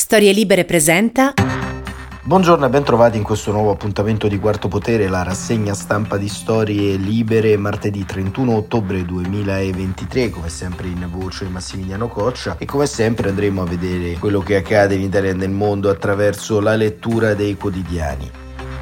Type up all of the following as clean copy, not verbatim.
Storie Libere presenta. Buongiorno e ben trovati in questo nuovo appuntamento di Quarto Potere, la rassegna stampa di Storie Libere, martedì 31 ottobre 2023, come sempre in voce Massimiliano Coccia, e come sempre andremo a vedere quello che accade in Italia e nel mondo attraverso la lettura dei quotidiani.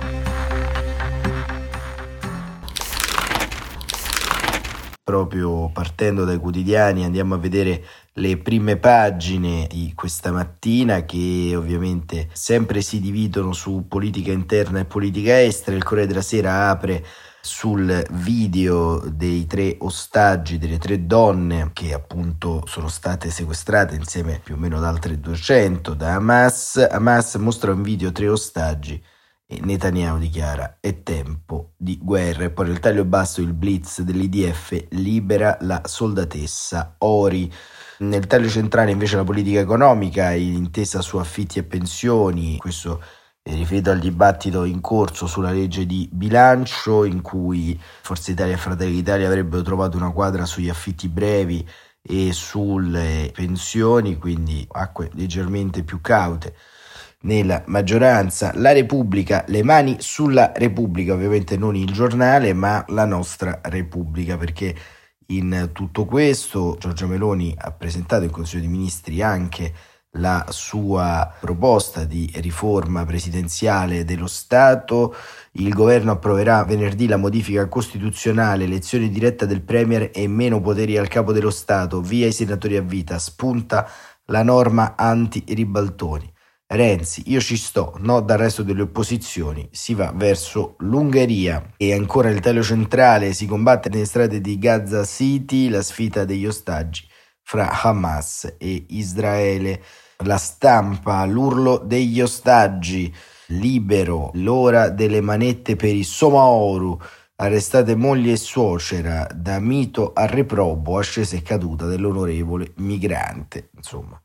Proprio partendo dai quotidiani andiamo a vedere le prime pagine di questa mattina, che ovviamente sempre si dividono su politica interna e politica estera. Il Corriere della Sera apre sul video dei 3 ostaggi, delle 3 donne che appunto sono state sequestrate insieme più o meno ad altre 200 da Hamas. Hamas mostra un video 3 ostaggi e Netanyahu dichiara: è tempo di guerra. E poi nel taglio basso il blitz dell'IDF libera la soldatessa Ori. Nel taglio centrale invece la politica economica, intesa su affitti e pensioni. Questo è riferito al dibattito in corso sulla legge di bilancio, in cui Forza Italia e Fratelli d'Italia avrebbero trovato una quadra sugli affitti brevi e sulle pensioni, quindi acque leggermente più caute nella maggioranza. La Repubblica, le mani sulla Repubblica, ovviamente non il giornale ma la nostra Repubblica, perché in tutto questo Giorgia Meloni ha presentato in Consiglio dei Ministri anche la sua proposta di riforma presidenziale dello Stato. Il governo approverà venerdì la modifica costituzionale, elezione diretta del Premier e meno poteri al capo dello Stato, via i senatori a vita, spunta la norma anti-ribaltoni. Renzi, io ci sto, no dal resto delle opposizioni, si va verso l'Ungheria. E ancora il taglio centrale: si combatte nelle strade di Gaza City, la sfida degli ostaggi fra Hamas e Israele. La Stampa, l'urlo degli ostaggi, Libero, l'ora delle manette per i Somaoru, arrestate moglie e suocera, da mito a reprobo, ascesa e caduta dell'onorevole migrante. Insomma,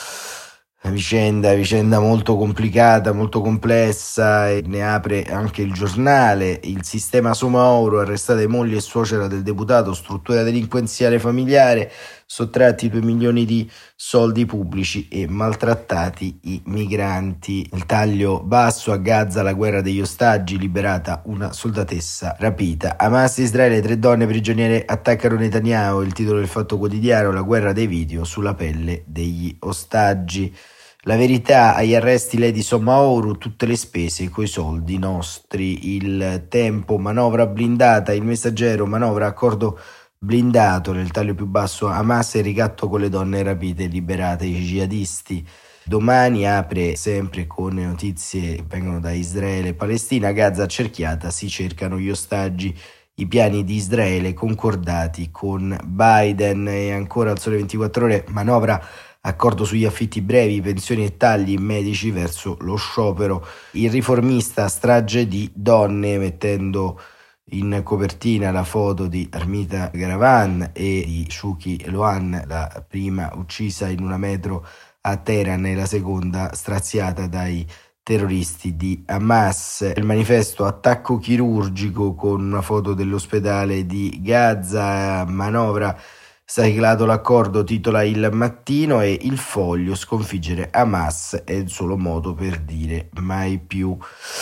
una vicenda molto complicata, molto complessa, e ne apre anche il giornale. Il sistema Somaoro, arrestate moglie e suocera del deputato, struttura delinquenziale familiare, sottratti 2 milioni di soldi pubblici e maltrattati i migranti. Il taglio basso: a Gaza la guerra degli ostaggi, liberata una soldatessa rapita. Hamas e Israele, 3 donne prigioniere attaccano Netanyahu. Il titolo del Fatto Quotidiano: la guerra dei video sulla pelle degli ostaggi. La Verità: agli arresti Lady Somaoru, tutte le spese coi soldi nostri. Il Tempo: manovra blindata. Il Messaggero: manovra accordo blindato. Nel taglio più basso: Hamas e ricatto con le donne rapite e liberate, i jihadisti. Domani apre sempre con notizie che vengono da Israele e Palestina. Gaza accerchiata, si cercano gli ostaggi, i piani di Israele concordati con Biden. E ancora al Sole 24 Ore: manovra, accordo sugli affitti brevi, pensioni e tagli, medici verso lo sciopero. Il Riformista: strage di donne, mettendo in copertina la foto di Armita Garavan e di Shuki Loan, la prima uccisa in una metro a Teheran e la seconda straziata dai terroristi di Hamas. Il Manifesto: attacco chirurgico, con una foto dell'ospedale di Gaza. Manovra, siglato l'accordo, titola Il Mattino. E Il Foglio: sconfiggere Hamas è il solo modo per dire mai più.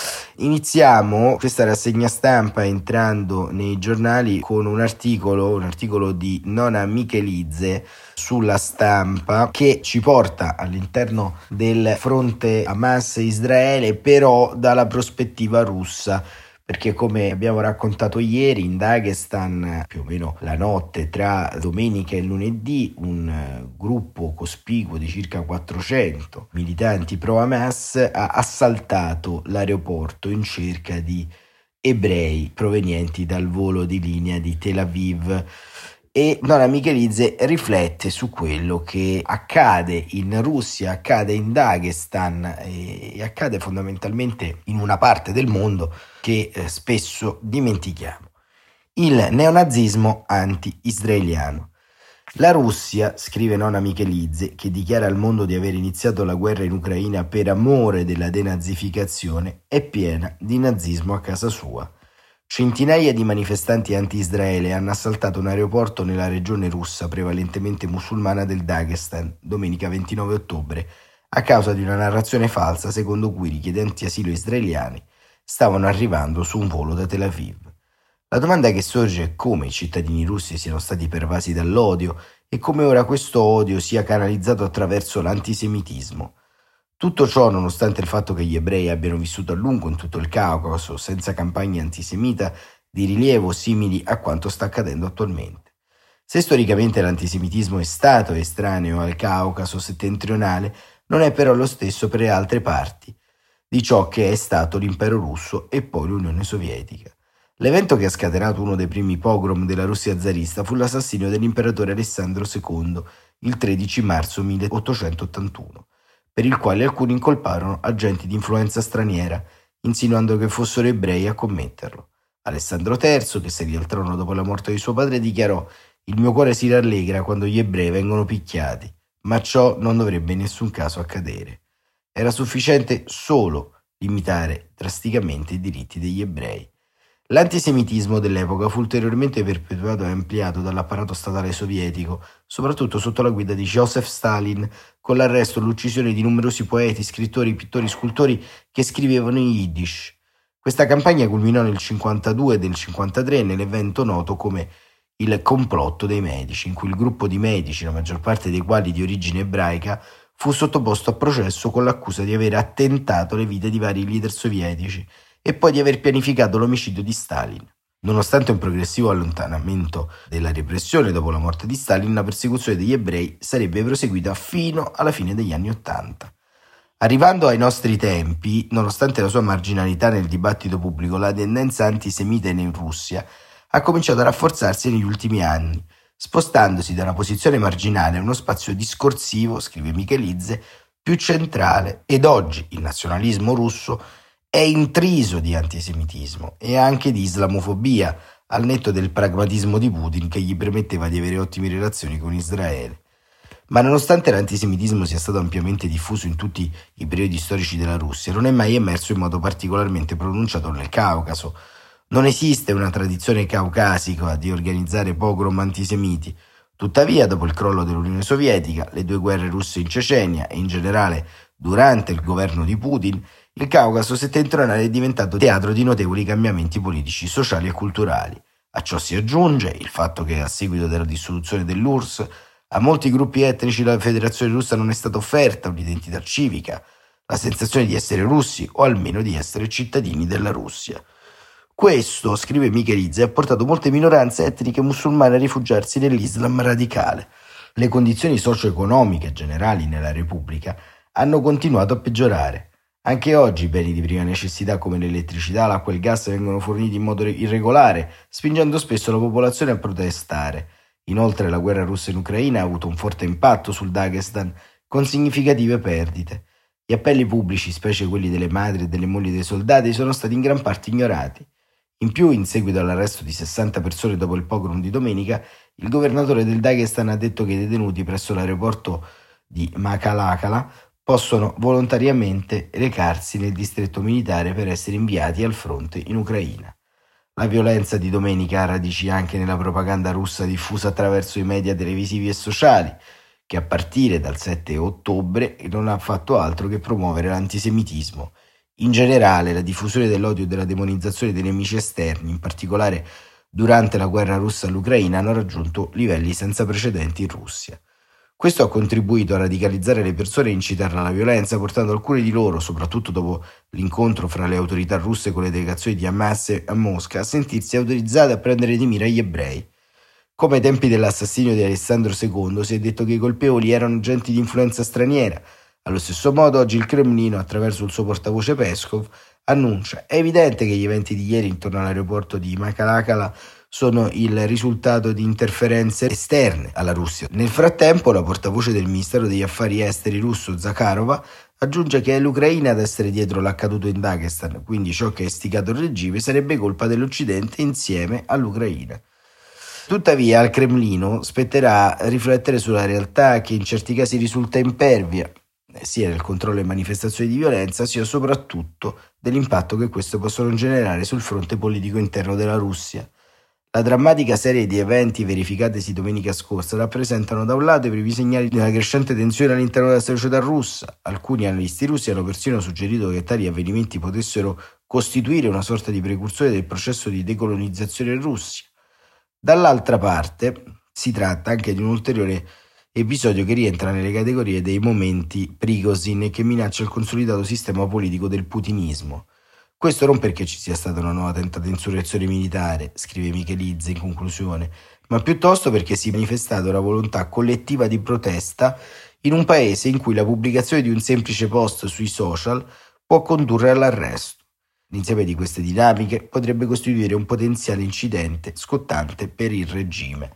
Iniziamo questa rassegna stampa entrando nei giornali con un articolo di Nona Michelizze sulla Stampa, che ci porta all'interno del fronte Hamas-Israele, però dalla prospettiva russa. Perché, come abbiamo raccontato ieri, in Dagestan, più o meno la notte tra domenica e lunedì, un gruppo cospicuo di circa 400 militanti pro-Hamas ha assaltato l'aeroporto in cerca di ebrei provenienti dal volo di linea di Tel Aviv. E Nona Michelizze riflette su quello che accade in Russia, accade in Dagestan e accade fondamentalmente in una parte del mondo che spesso dimentichiamo: il neonazismo anti-israeliano. La Russia, scrive Nona Michelizze, che dichiara al mondo di aver iniziato la guerra in Ucraina per amore della denazificazione, è piena di nazismo a casa sua. Centinaia di manifestanti anti-Israele hanno assaltato un aeroporto nella regione russa prevalentemente musulmana del Dagestan domenica 29 ottobre a causa di una narrazione falsa secondo cui i richiedenti asilo israeliani stavano arrivando su un volo da Tel Aviv. La domanda che sorge è come i cittadini russi siano stati pervasi dall'odio e come ora questo odio sia canalizzato attraverso l'antisemitismo. Tutto ciò nonostante il fatto che gli ebrei abbiano vissuto a lungo in tutto il Caucaso senza campagne antisemita di rilievo simili a quanto sta accadendo attualmente. Se storicamente l'antisemitismo è stato estraneo al Caucaso settentrionale, non è però lo stesso per le altre parti di ciò che è stato l'impero russo e poi l'Unione Sovietica. L'evento che ha scatenato uno dei primi pogrom della Russia zarista fu l'assassinio dell'imperatore Alessandro II il 13 marzo 1881, per il quale alcuni incolparono agenti di influenza straniera, insinuando che fossero ebrei a commetterlo. Alessandro III, che salì al trono dopo la morte di suo padre, dichiarò: «Il mio cuore si rallegra quando gli ebrei vengono picchiati, ma ciò non dovrebbe in nessun caso accadere». Era sufficiente solo limitare drasticamente i diritti degli ebrei. L'antisemitismo dell'epoca fu ulteriormente perpetuato e ampliato dall'apparato statale sovietico, soprattutto sotto la guida di Joseph Stalin, con l'arresto e l'uccisione di numerosi poeti, scrittori, pittori, scultori che scrivevano in Yiddish. Questa campagna culminò nel 52 e nel 53 nell'evento noto come il complotto dei medici, in cui il gruppo di medici, la maggior parte dei quali di origine ebraica, fu sottoposto a processo con l'accusa di aver attentato alle vite di vari leader sovietici e poi di aver pianificato l'omicidio di Stalin. Nonostante un progressivo allontanamento della repressione dopo la morte di Stalin, la persecuzione degli ebrei sarebbe proseguita fino alla fine degli anni '80. Arrivando ai nostri tempi, nonostante la sua marginalità nel dibattito pubblico, la tendenza antisemita in Russia ha cominciato a rafforzarsi negli ultimi anni, spostandosi da una posizione marginale a uno spazio discorsivo, scrive Michelidze, più centrale, ed oggi il nazionalismo russo è intriso di antisemitismo e anche di islamofobia, al netto del pragmatismo di Putin che gli permetteva di avere ottime relazioni con Israele. Ma nonostante l'antisemitismo sia stato ampiamente diffuso in tutti i periodi storici della Russia, non è mai emerso in modo particolarmente pronunciato nel Caucaso. Non esiste una tradizione caucasica di organizzare pogrom antisemiti. Tuttavia, dopo il crollo dell'Unione Sovietica, le due guerre russe in Cecenia e in generale durante il governo di Putin, il Caucaso settentrionale è diventato teatro di notevoli cambiamenti politici, sociali e culturali. A ciò si aggiunge il fatto che, a seguito della dissoluzione dell'URSS, a molti gruppi etnici della Federazione Russa non è stata offerta un'identità civica, la sensazione di essere russi o almeno di essere cittadini della Russia. Questo, scrive Michelidze, ha portato molte minoranze etniche musulmane a rifugiarsi nell'Islam radicale. Le condizioni socio-economiche generali nella Repubblica hanno continuato a peggiorare. Anche oggi i beni di prima necessità come l'elettricità, l'acqua e il gas vengono forniti in modo irregolare, spingendo spesso la popolazione a protestare. Inoltre la guerra russa in Ucraina ha avuto un forte impatto sul Dagestan, con significative perdite. Gli appelli pubblici, specie quelli delle madri e delle mogli dei soldati, sono stati in gran parte ignorati. In più, in seguito all'arresto di 60 persone dopo il pogrom di domenica, il governatore del Dagestan ha detto che i detenuti presso l'aeroporto di Makalakala possono volontariamente recarsi nel distretto militare per essere inviati al fronte in Ucraina. La violenza di domenica ha radici anche nella propaganda russa diffusa attraverso i media televisivi e sociali, che a partire dal 7 ottobre non ha fatto altro che promuovere l'antisemitismo. In generale, la diffusione dell'odio e della demonizzazione dei nemici esterni, in particolare durante la guerra russa all'Ucraina, hanno raggiunto livelli senza precedenti in Russia. Questo ha contribuito a radicalizzare le persone e incitarle alla violenza, portando alcune di loro, soprattutto dopo l'incontro fra le autorità russe con le delegazioni di Hamas a Mosca, a sentirsi autorizzate a prendere di mira gli ebrei. Come ai tempi dell'assassinio di Alessandro II, si è detto che i colpevoli erano agenti di influenza straniera. Allo stesso modo, oggi il Cremlino, attraverso il suo portavoce Peskov, annuncia: è evidente che gli eventi di ieri intorno all'aeroporto di Makalakala sono il risultato di interferenze esterne alla Russia. Nel frattempo, la portavoce del Ministero degli Affari Esteri russo, Zakharova, aggiunge che è l'Ucraina ad essere dietro l'accaduto in Dagestan, quindi ciò che ha istigato il regime sarebbe colpa dell'Occidente insieme all'Ucraina. Tuttavia, al Cremlino spetterà riflettere sulla realtà che in certi casi risulta impervia, sia nel controllo e manifestazioni di violenza, sia soprattutto dell'impatto che queste possono generare sul fronte politico interno della Russia. La drammatica serie di eventi verificatesi domenica scorsa rappresentano da un lato i primi segnali di una crescente tensione all'interno della società russa. Alcuni analisti russi hanno persino suggerito che tali avvenimenti potessero costituire una sorta di precursore del processo di decolonizzazione in Russia. Dall'altra parte si tratta anche di un ulteriore episodio che rientra nelle categorie dei momenti Prigozhin e che minaccia il consolidato sistema politico del putinismo. Questo non perché ci sia stata una nuova tentata insurrezione militare, scrive Michelizze in conclusione, ma piuttosto perché si è manifestata una volontà collettiva di protesta in un paese in cui la pubblicazione di un semplice post sui social può condurre all'arresto. L'insieme di queste dinamiche potrebbe costituire un potenziale incidente scottante per il regime.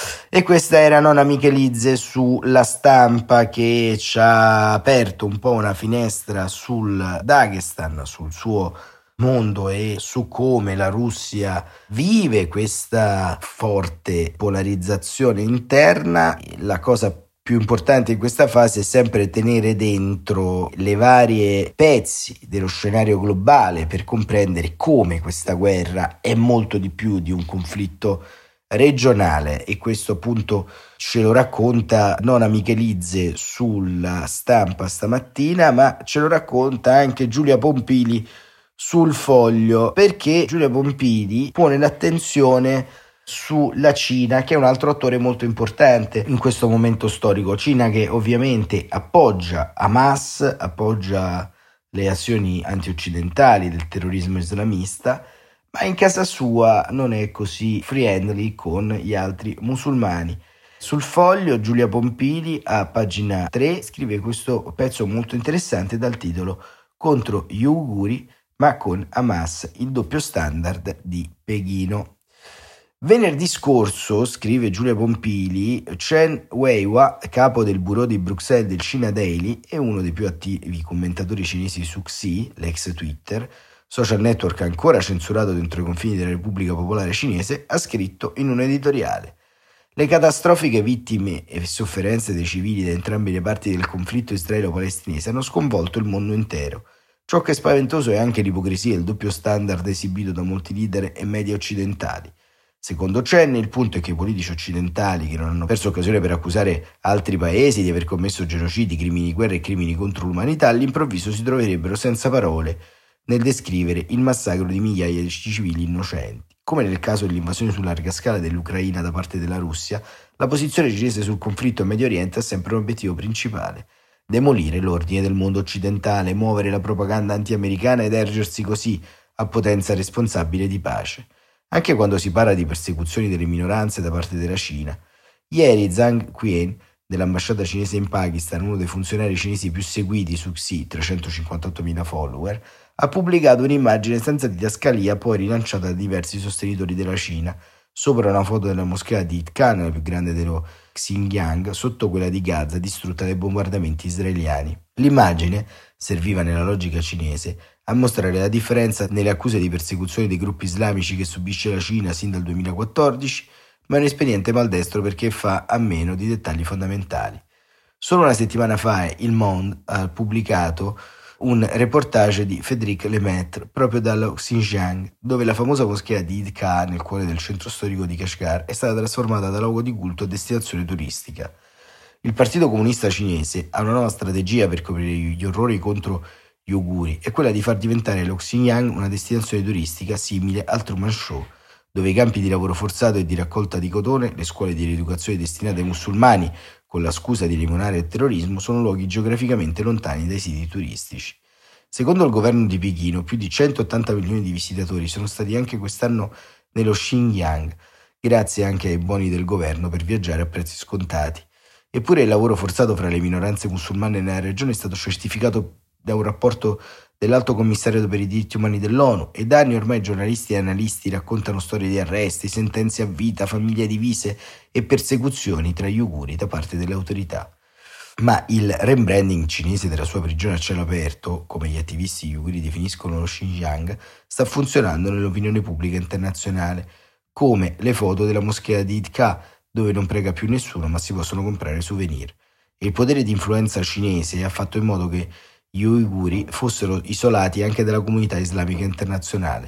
E questa era Nona Michelizze sulla Stampa, che ci ha aperto un po' una finestra sul Dagestan, sul suo mondo e su come la Russia vive questa forte polarizzazione interna. La cosa più importante in questa fase è sempre tenere dentro le varie pezzi dello scenario globale per comprendere come questa guerra è molto di più di un conflitto regionale, e questo appunto ce lo racconta Nona Michelizze sulla Stampa stamattina, ma ce lo racconta anche Giulia Pompili sul Foglio, perché Giulia Pompili pone l'attenzione sulla Cina, che è un altro attore molto importante in questo momento storico. Cina che ovviamente appoggia Hamas, appoggia le azioni antioccidentali del terrorismo islamista, ma in casa sua non è così friendly con gli altri musulmani. Sul Foglio Giulia Pompili a pagina 3 scrive questo pezzo molto interessante dal titolo "Contro gli uiguri ma con Hamas, il doppio standard di Pechino". Venerdì scorso, scrive Giulia Pompili, Chen Weiwa, capo del bureau di Bruxelles del China Daily e uno dei più attivi commentatori cinesi su Xi, l'ex Twitter, social network ancora censurato dentro i confini della Repubblica Popolare Cinese, ha scritto in un editoriale: le catastrofiche vittime e sofferenze dei civili da entrambe le parti del conflitto israelo-palestinese hanno sconvolto il mondo intero. Ciò che è spaventoso è anche l'ipocrisia e il doppio standard esibito da molti leader e media occidentali. Secondo Chen, il punto è che i politici occidentali, che non hanno perso occasione per accusare altri paesi di aver commesso genocidi, crimini di guerra e crimini contro l'umanità, all'improvviso si troverebbero senza parole nel descrivere il massacro di migliaia di civili innocenti. Come nel caso dell'invasione su larga scala dell'Ucraina da parte della Russia, la posizione cinese sul conflitto in Medio Oriente ha sempre un obiettivo principale: demolire l'ordine del mondo occidentale, muovere la propaganda anti-americana ed ergersi così a potenza responsabile di pace. Anche quando si parla di persecuzioni delle minoranze da parte della Cina. Ieri Zhang Qian, dell'ambasciata cinese in Pakistan, uno dei funzionari cinesi più seguiti su Xi, 358.000 follower, ha pubblicato un'immagine senza didascalia poi rilanciata da diversi sostenitori della Cina, sopra una foto della moschea di Khan, la più grande dello Xinjiang, sotto quella di Gaza distrutta dai bombardamenti israeliani. L'immagine serviva nella logica cinese a mostrare la differenza nelle accuse di persecuzione dei gruppi islamici che subisce la Cina sin dal 2014, ma è un espediente maldestro perché fa a meno di dettagli fondamentali. Solo una settimana fa il Monde ha pubblicato un reportage di Frédéric Lemaitre proprio dallo Xinjiang, dove la famosa moschea di Idka, nel cuore del centro storico di Kashgar, è stata trasformata da luogo di culto a destinazione turistica. Il Partito Comunista Cinese ha una nuova strategia per coprire gli orrori contro gli uiguri, è quella di far diventare lo Xinjiang una destinazione turistica simile al Truman Show, dove i campi di lavoro forzato e di raccolta di cotone, le scuole di rieducazione destinate ai musulmani con la scusa di eliminare il terrorismo, sono luoghi geograficamente lontani dai siti turistici. Secondo il governo di Pechino, più di 180 milioni di visitatori sono stati anche quest'anno nello Xinjiang, grazie anche ai buoni del governo per viaggiare a prezzi scontati. Eppure il lavoro forzato fra le minoranze musulmane nella regione è stato certificato da un rapporto dell'Alto Commissario per i diritti umani dell'ONU, e da anni ormai giornalisti e analisti raccontano storie di arresti, sentenze a vita, famiglie divise e persecuzioni tra gli uiguri da parte delle autorità. Ma il rebranding cinese della sua prigione a cielo aperto, come gli attivisti uiguri definiscono lo Xinjiang, sta funzionando nell'opinione pubblica internazionale, come le foto della moschea di Idka, dove non prega più nessuno ma si possono comprare souvenir. E il potere di influenza cinese ha fatto in modo che gli uiguri fossero isolati anche dalla comunità islamica internazionale.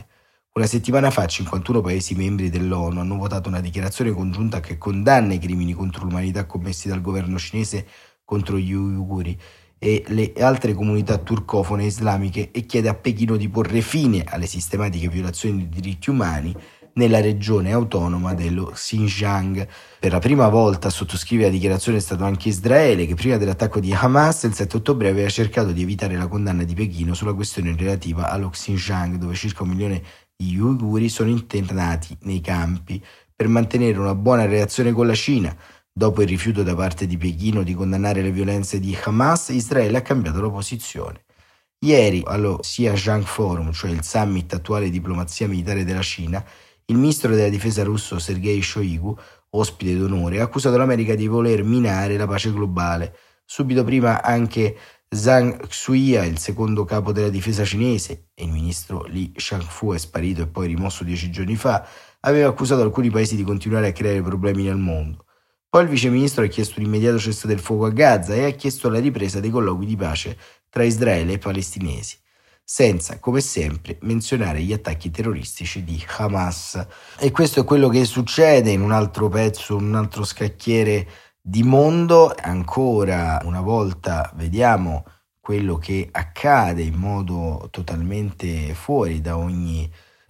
Una settimana fa 51 Paesi membri dell'ONU hanno votato una dichiarazione congiunta che condanna i crimini contro l'umanità commessi dal governo cinese contro gli uiguri e le altre comunità turcofone islamiche e chiede a Pechino di porre fine alle sistematiche violazioni dei diritti umani nella regione autonoma dello Xinjiang. Per la prima volta a sottoscrivere la dichiarazione è stato anche Israele, che prima dell'attacco di Hamas il 7 ottobre aveva cercato di evitare la condanna di Pechino sulla questione relativa allo Xinjiang, dove circa 1 milione di uiguri sono internati nei campi. Per mantenere una buona relazione con la Cina, dopo il rifiuto da parte di Pechino di condannare le violenze di Hamas, Israele ha cambiato la posizione. Ieri, allo Xinjiang Forum, cioè il summit attuale di diplomazia militare della Cina, il ministro della difesa russo Sergei Shoigu, ospite d'onore, ha accusato l'America di voler minare la pace globale. Subito prima anche Zhang Xuya, il secondo capo della difesa cinese, e il ministro Li Shangfu è sparito e poi rimosso 10 giorni fa, aveva accusato alcuni paesi di continuare a creare problemi nel mondo. Poi il viceministro ha chiesto un immediato cessate del fuoco a Gaza e ha chiesto la ripresa dei colloqui di pace tra Israele e i palestinesi, senza, come sempre, menzionare gli attacchi terroristici di Hamas. E questo è quello che succede in un altro pezzo, un altro scacchiere di mondo. Ancora una volta vediamo quello che accade in modo totalmente fuori da ogni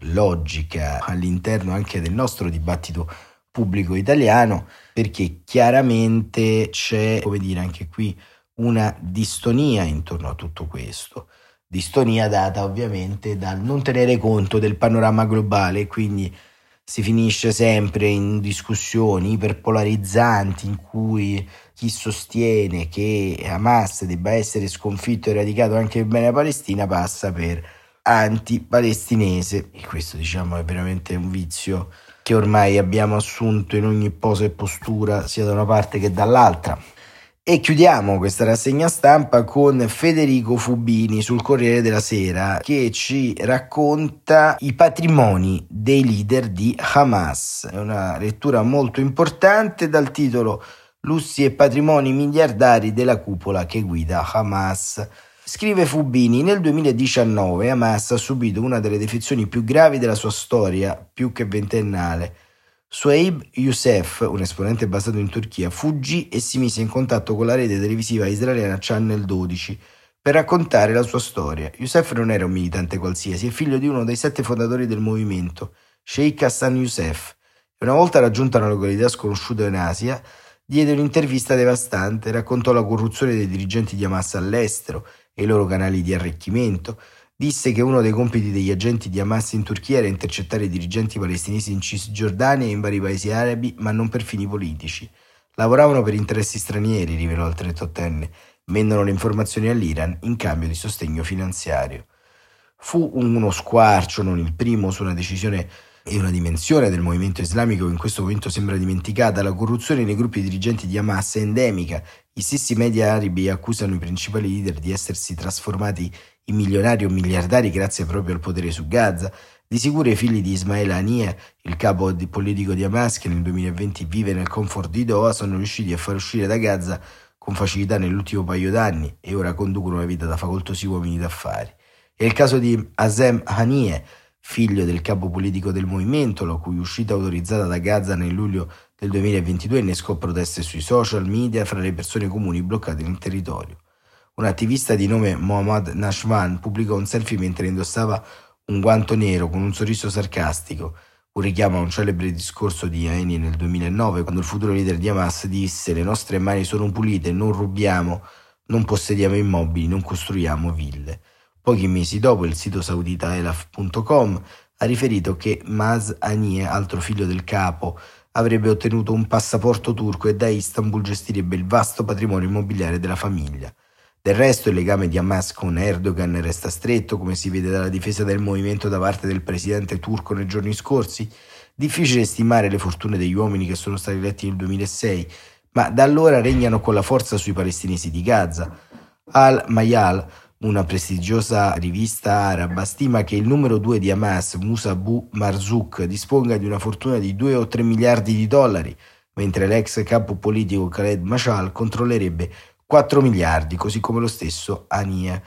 logica all'interno anche del nostro dibattito pubblico italiano, perché chiaramente c'è, come dire, anche qui una distonia intorno a tutto questo. Distonia data ovviamente dal non tenere conto del panorama globale, quindi si finisce sempre in discussioni iperpolarizzanti in cui chi sostiene che Hamas debba essere sconfitto e radicato anche il bene a Palestina passa per anti-palestinese, e questo diciamo è veramente un vizio che ormai abbiamo assunto in ogni posa e postura sia da una parte che dall'altra. E chiudiamo questa rassegna stampa con Federico Fubini sul Corriere della Sera, che ci racconta i patrimoni dei leader di Hamas. È una lettura molto importante dal titolo "Lussi e patrimoni miliardari della cupola che guida Hamas". Scrive Fubini: nel 2019 Hamas ha subito una delle defezioni più gravi della sua storia, più che ventennale. Suhaib Youssef, un esponente basato in Turchia, fuggì e si mise in contatto con la rete televisiva israeliana Channel 12 per raccontare la sua storia. Youssef non era un militante qualsiasi, è figlio di uno dei 7 fondatori del movimento, Sheikh Hassan Youssef, e una volta raggiunta una località sconosciuta in Asia, diede un'intervista devastante, raccontò la corruzione dei dirigenti di Hamas all'estero e i loro canali di arricchimento. Disse che uno dei compiti degli agenti di Hamas in Turchia era intercettare i dirigenti palestinesi in Cisgiordania e in vari paesi arabi, ma non per fini politici. Lavoravano per interessi stranieri, rivelò il 38enne, vendono le informazioni all'Iran in cambio di sostegno finanziario. Fu uno squarcio, non il primo, su una decisione e una dimensione del movimento islamico che in questo momento sembra dimenticata. La corruzione nei gruppi dirigenti di Hamas è endemica. Gli stessi media arabi accusano i principali leader di essersi trasformati in milionari o miliardari grazie proprio al potere su Gaza. Di sicuro i figli di Ismail Haniyeh, il capo politico di Hamas che nel 2020 vive nel comfort di Doha, sono riusciti a far uscire da Gaza con facilità nell'ultimo paio d'anni e ora conducono una vita da facoltosi uomini d'affari. È il caso di Hazem Haniyeh, figlio del capo politico del movimento, la cui uscita autorizzata da Gaza nel luglio del 2022 innescò proteste sui social media fra le persone comuni bloccate nel territorio. Un attivista di nome Mohammad Nashwan pubblicò un selfie mentre indossava un guanto nero con un sorriso sarcastico, un richiamo a un celebre discorso di Haniyeh nel 2009, quando il futuro leader di Hamas disse: "Le nostre mani sono pulite, non rubiamo, non possediamo immobili, non costruiamo ville". Pochi mesi dopo il sito saudita elaf.com ha riferito che Maz Haniyeh, altro figlio del capo, avrebbe ottenuto un passaporto turco e da Istanbul gestirebbe il vasto patrimonio immobiliare della famiglia. Del resto il legame di Hamas con Erdogan resta stretto, come si vede dalla difesa del movimento da parte del presidente turco nei giorni scorsi. Difficile stimare le fortune degli uomini che sono stati eletti nel 2006, ma da allora regnano con la forza sui palestinesi di Gaza. Al-Mayal, una prestigiosa rivista araba, stima che il numero 2 di Hamas, Musa Abu Marzouk, disponga di una fortuna di 2 o 3 miliardi di dollari, mentre l'ex capo politico Khaled Mashal controllerebbe 4 miliardi, così come lo stesso Haniyeh.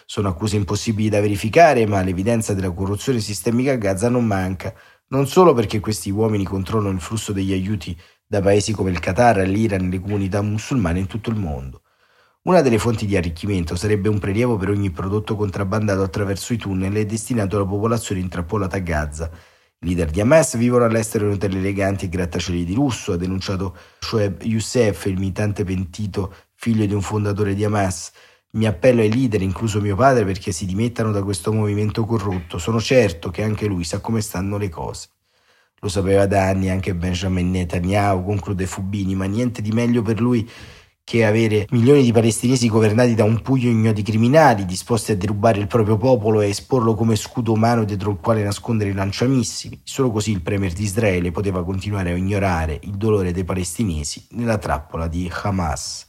Sono accuse impossibili da verificare, ma l'evidenza della corruzione sistemica a Gaza non manca, non solo perché questi uomini controllano il flusso degli aiuti da paesi come il Qatar, l'Iran e le comunità musulmane in tutto il mondo. Una delle fonti di arricchimento sarebbe un prelievo per ogni prodotto contrabbandato attraverso i tunnel e destinato alla popolazione intrappolata a Gaza. I leader di Hamas vivono all'estero in hotel eleganti e grattacieli di lusso, ha denunciato Shoaib Youssef, il militante pentito, figlio di un fondatore di Hamas. Mi appello ai leader, incluso mio padre, perché si dimettano da questo movimento corrotto. Sono certo che anche lui sa come stanno le cose. Lo sapeva da anni anche Benjamin Netanyahu, conclude Fubini, ma niente di meglio per lui che avere milioni di palestinesi governati da un pugno di criminali disposti a derubare il proprio popolo e esporlo come scudo umano dietro il quale nascondere i lanciamissili. Solo così il premier di Israele poteva continuare a ignorare il dolore dei palestinesi nella trappola di Hamas.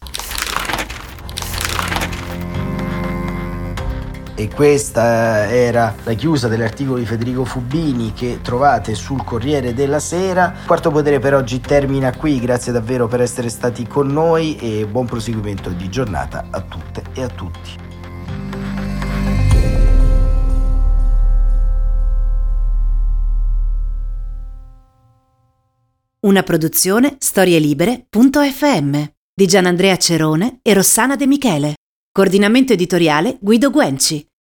E questa era la chiusa dell'articolo di Federico Fubini che trovate sul Corriere della Sera. Quarto Potere per oggi termina qui, grazie davvero per essere stati con noi e buon proseguimento di giornata a tutte e a tutti. Una produzione storielibere.fm di Gianandrea Cerone e Rossana De Michele. Coordinamento editoriale Guido Guenci.